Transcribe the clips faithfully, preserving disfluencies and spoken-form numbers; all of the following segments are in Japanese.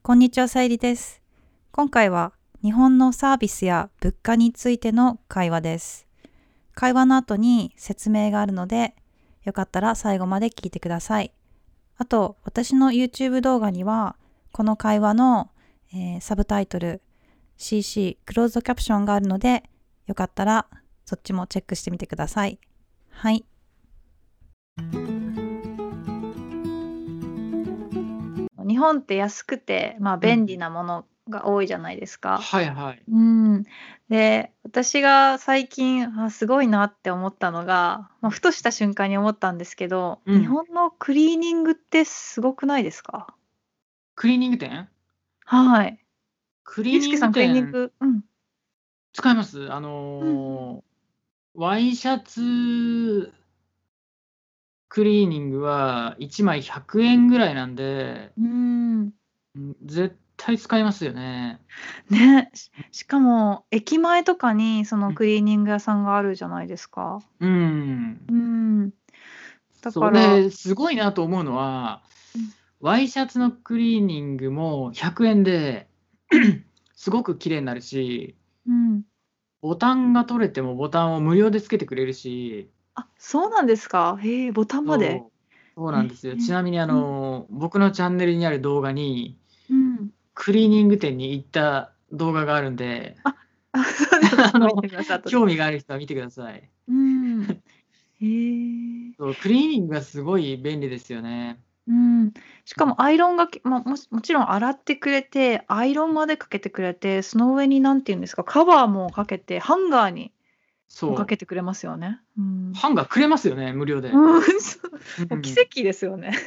こんにちは、さゆりです。今回は日本のサービスや物価についての会話です。会話の後に説明があるので、よかったら最後まで聞いてください。あと、私の YouTube 動画には、この会話の、えーサブタイトル、シーシー、クローズドキャプションがあるので、よかったらそっちもチェックしてみてください。はい。日本って安くて、まあ、便利なものが多いじゃないですか。 はいはい。 うん、で私が最近あすごいなって思ったのが、まあ、ふとした瞬間に思ったんですけど、 うん。 日本のクリーニングってすごくないですか？ クリーニング店はい。 クリーニンゆうすけさんクリーニング店グ、うん、 使います。あうんうんのー、ワイシャツクリーニングはいちまいひゃくえんぐらいなんで、 うん、 うん絶対使いますよね。 ね、ししかも駅前とかにそのうん。 クリーニング屋さんがあるじゃないですか。 うん。 うん、だそから、 れ、すごいなと思うのは、 うん、 ワイシャツのクリーニングもひゃくえんでうん、 すごく綺麗になるし、 うん。 ボタンが取れてもボタンを無料でつけてくれるし、 あ、そうなんですか。へえ、ボタンまで。 そう、そうへえ、 なんですよ。ちなみにあうん、 の、僕のチャンネルにある動画に、 うん。 クリーニング店に行った動画があるんで、 あ、あ、そうなんですか。見あの、 てみます、後で。 興味がある人は見てください。 うん。へえ。 そう、クリーニングがすごい便利ですよね。 うん。しうん。 かもアイロンがきま、もしもちろん洗ってくれて、アイロンまでかけてくれて、その上に何て言うんですか、カバーもかけて、ハンガーにもかそう。 けてくれますよね。うん。 ハンガーくれますよね、無料で。 うん、そう、もう奇うん。 跡ですよね。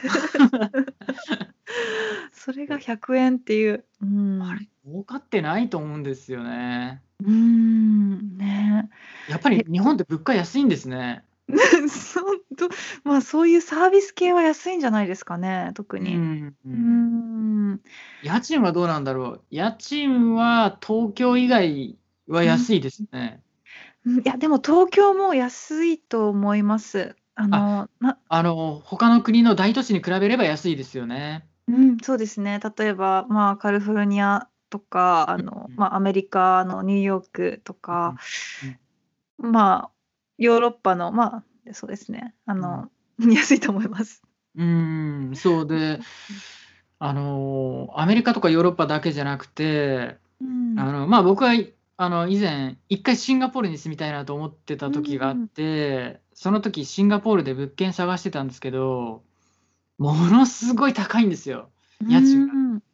それがひゃくえんっていう。うあれ、 ん。 儲かってないと思うんですよね。 うーん、ね。 やっぱり日本って物価安いんですね。 そう、と、まあ、そういうサービス系は安いんじゃないですかね、特うに。 ん、ううーん。 ん。 家賃はどうなんだろう。家賃は東京以外はうん。 安いですね。 うん、いや、でも東京も安いと思います。ああ、 の、なあの、他の国の大都市に比べれば安いですよね。 うん、そうですね。例えば、まあ、カリフォルニアとか、あうんの、 うん。 まあ、アメリカのニューヨークとか、 うんうん。 まあ、ヨーロッパの、まあ、そうですね、あうん。 の、安いと思います。 うーん、そうで、 うん。 あの、アメリカとかヨーロッパだけじゃなくて、 うん。 あの、まあ、僕は、いあの、以前、一回シンガポールに住みたいなと思ってたう時があっん。 て、その時シンガポールで物件探してたんですけど、ものすごい高いんですよ、 う家賃が。 ん。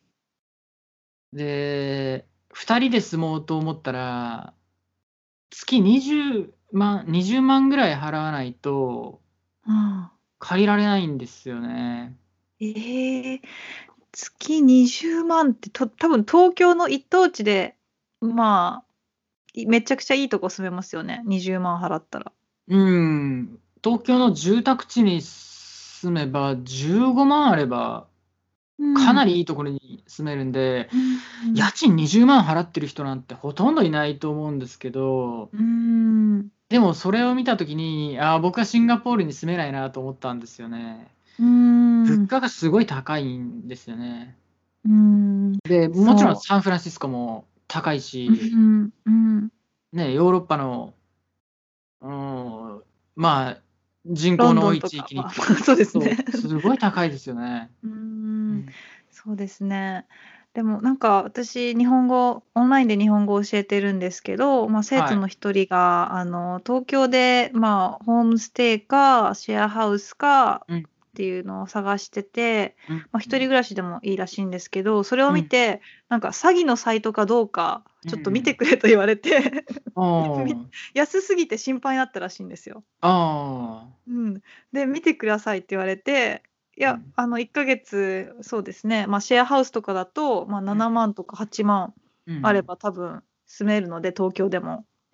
で、ふたりで住もうと思ったら、月にじゅうまんにじゅうまんぐらい払わないとああ。 借りられないんですよね。 ええ、月にじゅうまんって、と多分東京の一等地で、まあ、いめちゃくちゃいいとこ住めますよね、にじゅうまん払ったら。 うん、東京の住宅地に住めばじゅうごまんあれば、 うん。 かなりいいところに住めるんで、 うんうん。 家賃にじゅうまん払ってる人なんてほとんどいないと思うんですけど、 うーん。 でもそれを見た時に、ああ、僕はシンガポールに住めないなと思ったんですよね。 うー物ん。 価がすごい高いんですよね。 うーん。 で、もちろんそサンフランシスコも高いう。うし、 んうん。 ね、ヨーロッパの、うーん、まあ、人口ロンの多いドンとか、まあ、 地域に行くまあ、そうですね。 と、すごい高いですよね。 うーん、 うん。 そうですね。でもなんか私、日本語オンラインで日本語を教えてるんですけど、まあ、生徒はい。 の一人があの東京で、まあ、ホームステイかシェアハウスかうん、 っていうのを探してて、 うん、 まあ、一人暮らしでもいいらしいんですけど、それをうん、 見て、なんか詐欺のサイトかどうかうちょっと見てん。 くれと言われてあみあ、 安すぎて心配だったらしいんですよ。 ああ、 うん。で、見てくださいって言われて、いや、 うん、 あのいっかげつ、そうですね、ま、シェアハウスとかだと、ま、 うん、 ななまんとかはちまんうん、 あれば多分住めるので、東京でも。 うん、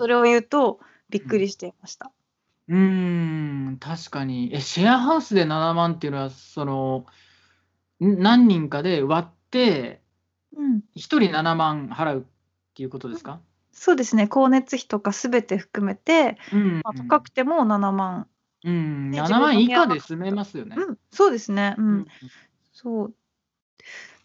それを言うとびっうん。 くりしていました。 うーん、確かに。え、シェアハウスでななまんっていうのは、その、ん何人かで割って、 うん。 ひとりななまん払うっていうことでうん。 すか？ そうですね、光熱費とか全て含めて、 うん、 ま、高くうん。 てもななまんうん、 で、自 7万以分の部屋下で住めますよね。 うん、そうですね、うん。 うん、うん。 そう。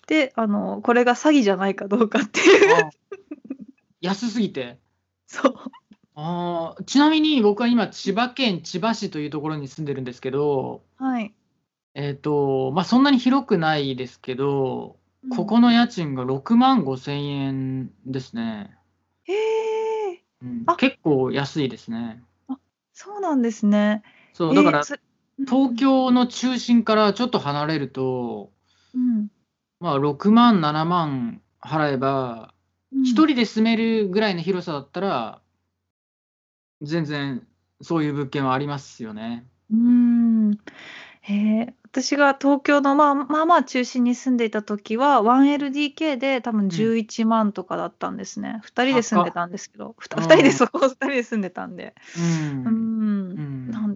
で、あの、これが詐欺じゃないかどうかっていう。 ああ。安すぎて。 そう。 ああ、ちなみに僕は今千葉県千葉市というところに住んでるんですけど、 はい。 えっと、ま、そんなに広くないですけど、 うん。 ここの家賃がろくまんごせんえんですね。 へえ。 うん、 あ、 結構安いですね。 あ、そうなんですね。 そう、だかええ、 ら、 そうんう東ん。 京の中心からちょっと離れると、 うん。 まあ、ろくまん、ななまん払えば、 うん。 一人で住めるぐらいの広さだったら、全然そういう物件はありますよね。 うーん。へえ、私が東京の、まあ、まあまあ中心に住んでいた時は、ワンエルディーケー で多分うん。 じゅういちまんとかだったんですね。ふたりで住んで高っ。 たんですけど、ふたふたりでうん。 そこふたりで住んでたんで。 ううーん。 ん、 うん。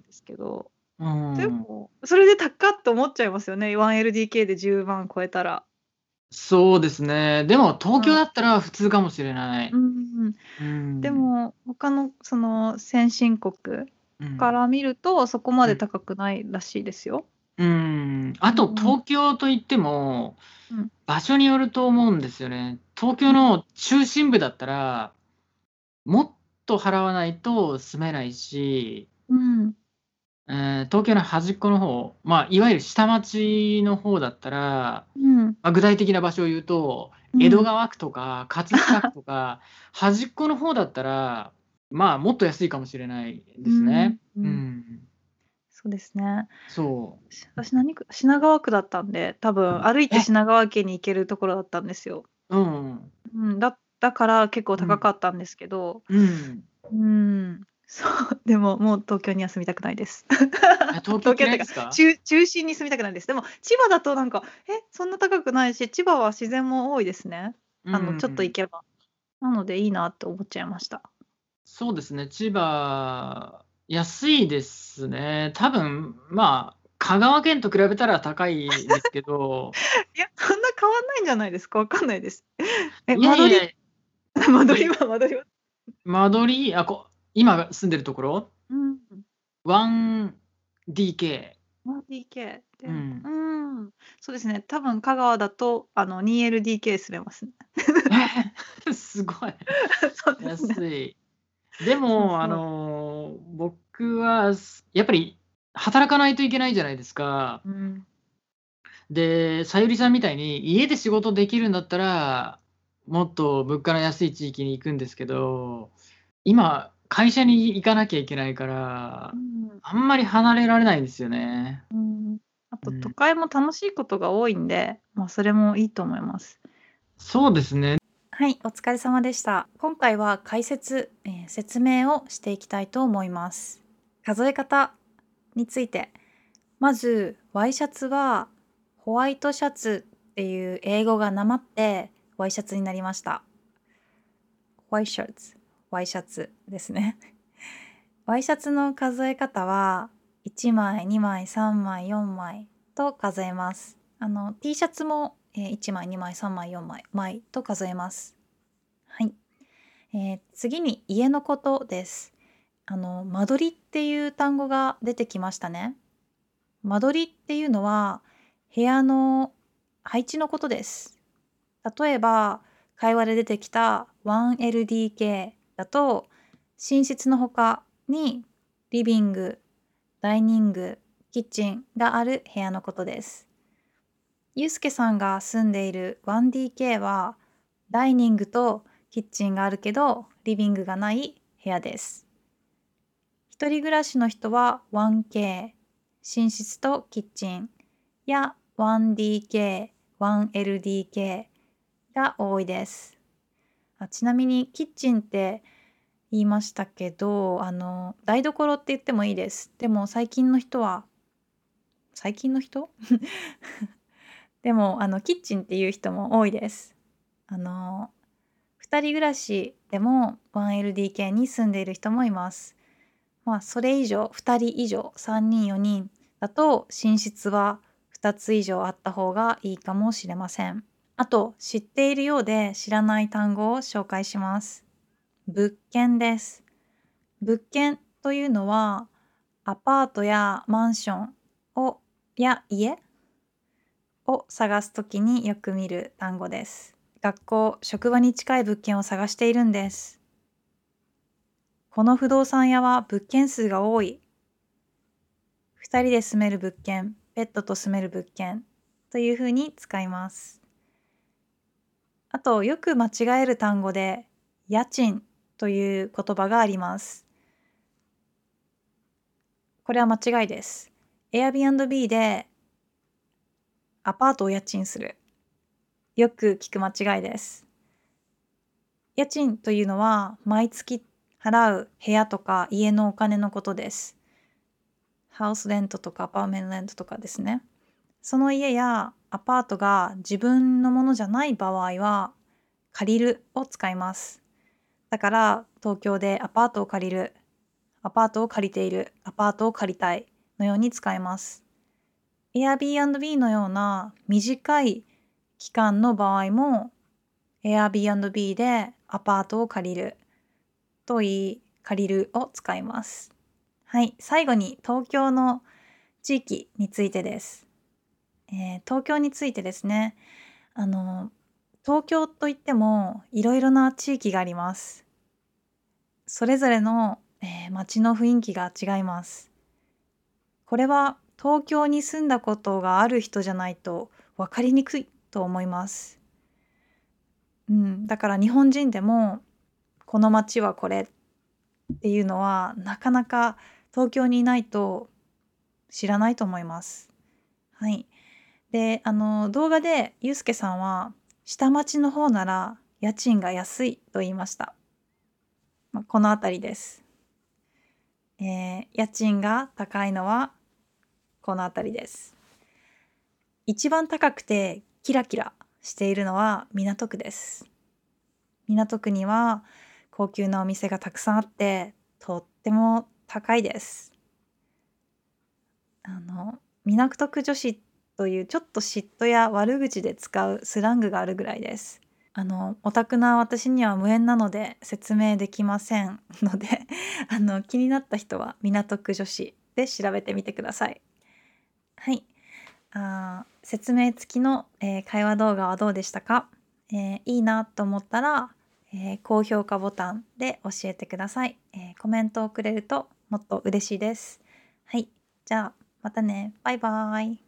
なんですけど、 うん。 でも、それで高っと思っちゃいますよね、ワンエルディーケー でじゅうまん超えたら。 そうですね。でも東京うん。 だったら普通かもしれなうい。 ん。 うん。 でも、他のその先進国うん。 から見ると、そこまうん。 で高くないらしいですよ。 うん。あとうんうん。 東京といっても、 うん。 場所によると思うんですよね。東京うん。 の中心部だったら、もっと払わないと住めないし、 うん。 えー東京の端っこの方、まあ、いわゆる下町の方だったら、 うん。 まあ、具体的な場所を言うと、江戸うん。 川区とか葛飾区とか、端っこの方だったら、まあ、もっと安いかもしれないでうん、 すね。 うん。 うん。 そうですね。 そし私何区品川区だったんで、多分歩いう。え、 て品川駅に行けるところだったんですよ。 うんうん。 うん、だだから結構高うん。 かったんですけど、 うん。 うーん、そう、でも、もう東京には住みたくないです。 え、東京東京っていうか、 嫌いですか？ 中中心に住みたくないです。でも千葉だとなんか、え、そんな高くないし、千葉は自然も多いですね。 うあの、ちょっと行ん。 けば。なのでいいなって思っちゃいました。 そうですね、千葉、安いですね。多分、まあ、香川県と比べたら高いですけど、 いや、そんな変わんないんじゃないですか？わかんないです。え、 いやいや、 間取り間取りいは間取りは間取り、あ、こ今住んでるところ、 うん。 ワンディーケー。 ワンディーケー でも、 うん。 うーん、そうですね、多分香川だと、あの、にエルディーケー 住めますね。 え、すごい。 そうですね。 安い。でも、あそうそう。 の、僕は、すやっぱり働かないといけないじゃないですか。 うん。 で、さゆりさんみたいに家で仕事できるんだったら、もっと物価の安い地域に行くんですけど、今、会社に行かなきゃいけないから、 うん、 あんまり離れられないんですよね。 うん。あと都うん。 会も楽しいことが多いんで、ま、それもいいと思います。 そうですね。 はい、お疲れ様でした。今回は解説、えー説明をしていきたいと思います。数え方について。まず、ワイシャツはホワイトシャツっていう英語がなまってワイシャツになりました。ワイシャツ、ワイシャツですね。ワイシャツの数え方はいちまい、にまい、さんまい、よんまいと数えます。あの T シャツも、えーいちまい、にまい、さんまい、よんまい、枚と数えます。はい。えー次に家のことです。あの間取りっていう単語が出てきましたね。間取りっていうのは部屋の配置のことです。例えば会話で出てきた ワンエルディーケー だと寝室の他にリビング、ダイニング、キッチンがある部屋のことです。ゆうすけさんが住んでいる ワンディーケー はダイニングとキッチンがあるけどリビングがない部屋です。一人暮らしの人は ワンケー、寝室とキッチンや ワンディーケー、ワンエルディーケー が多いです。あ、ちなみにキッチンって言いましたけど、あの台所って言ってもいいです。でも最近の人は最近の人でもあのキッチンっていう人も多いです。あの二人暮らしでも ワンエルディーケー に住んでいる人もいます。まあそれ以上ふたり以上さんにんよにんだと寝室はふたつ以上あった方がいいかもしれません。あと知っているようで知らない単語を紹介します。物件です。物件というのはアパートやマンションをや家を探すときによく見る単語です。学校、職場に近い物件を探しているんです。この不動産屋は物件数が多い。二人で住める物件、ペットと住める物件というふうに使います。あと、よく間違える単語で、家賃という言葉があります。これは間違いです。Airbnb でアパートを家賃する。よく聞く間違いです。家賃というのは毎月払う部屋とか家のお金のことです。ハウスレントとかアパートメントレントとかですね。その家やアパートが自分のものじゃない場合は借りるを使います。だから東京でアパートを借りる、アパートを借りている、アパートを借りたいのように使います。Airbnb のような短い期間の場合も Airbnb でアパートを借りると言い、借りるを使います。はい、最後に東京の地域についてです。えー東京についてですね、あの、東京といってもいろいろな地域があります。それぞれの、えー街の雰囲気が違います。これは東京に住んだことがある人じゃないと分かりにくいと思います。うん、だから日本人でもこの街はこれっていうのはなかなか東京にいないと知らないと思います。はい。で、あの動画でゆうすけさんは下町の方なら家賃が安いと言いました。まあ、このあたりです。えー家賃が高いのはこのあたりです。一番高くてキラキラしているのは港区です。港区には高級なお店がたくさんあってとっても高いです。あの港区女子というちょっと嫉妬や悪口で使うスラングがあるぐらいです。あのオタクな私には無縁なので説明できませんのであの気になった人は港区女子で調べてみてください。はい。あー説明付きの、えー会話動画はどうでしたか？えーいいなと思ったら、えー高評価ボタンで教えてください。えーコメントをくれるともっと嬉しいです。はい。じゃあまたね。バイバーイ。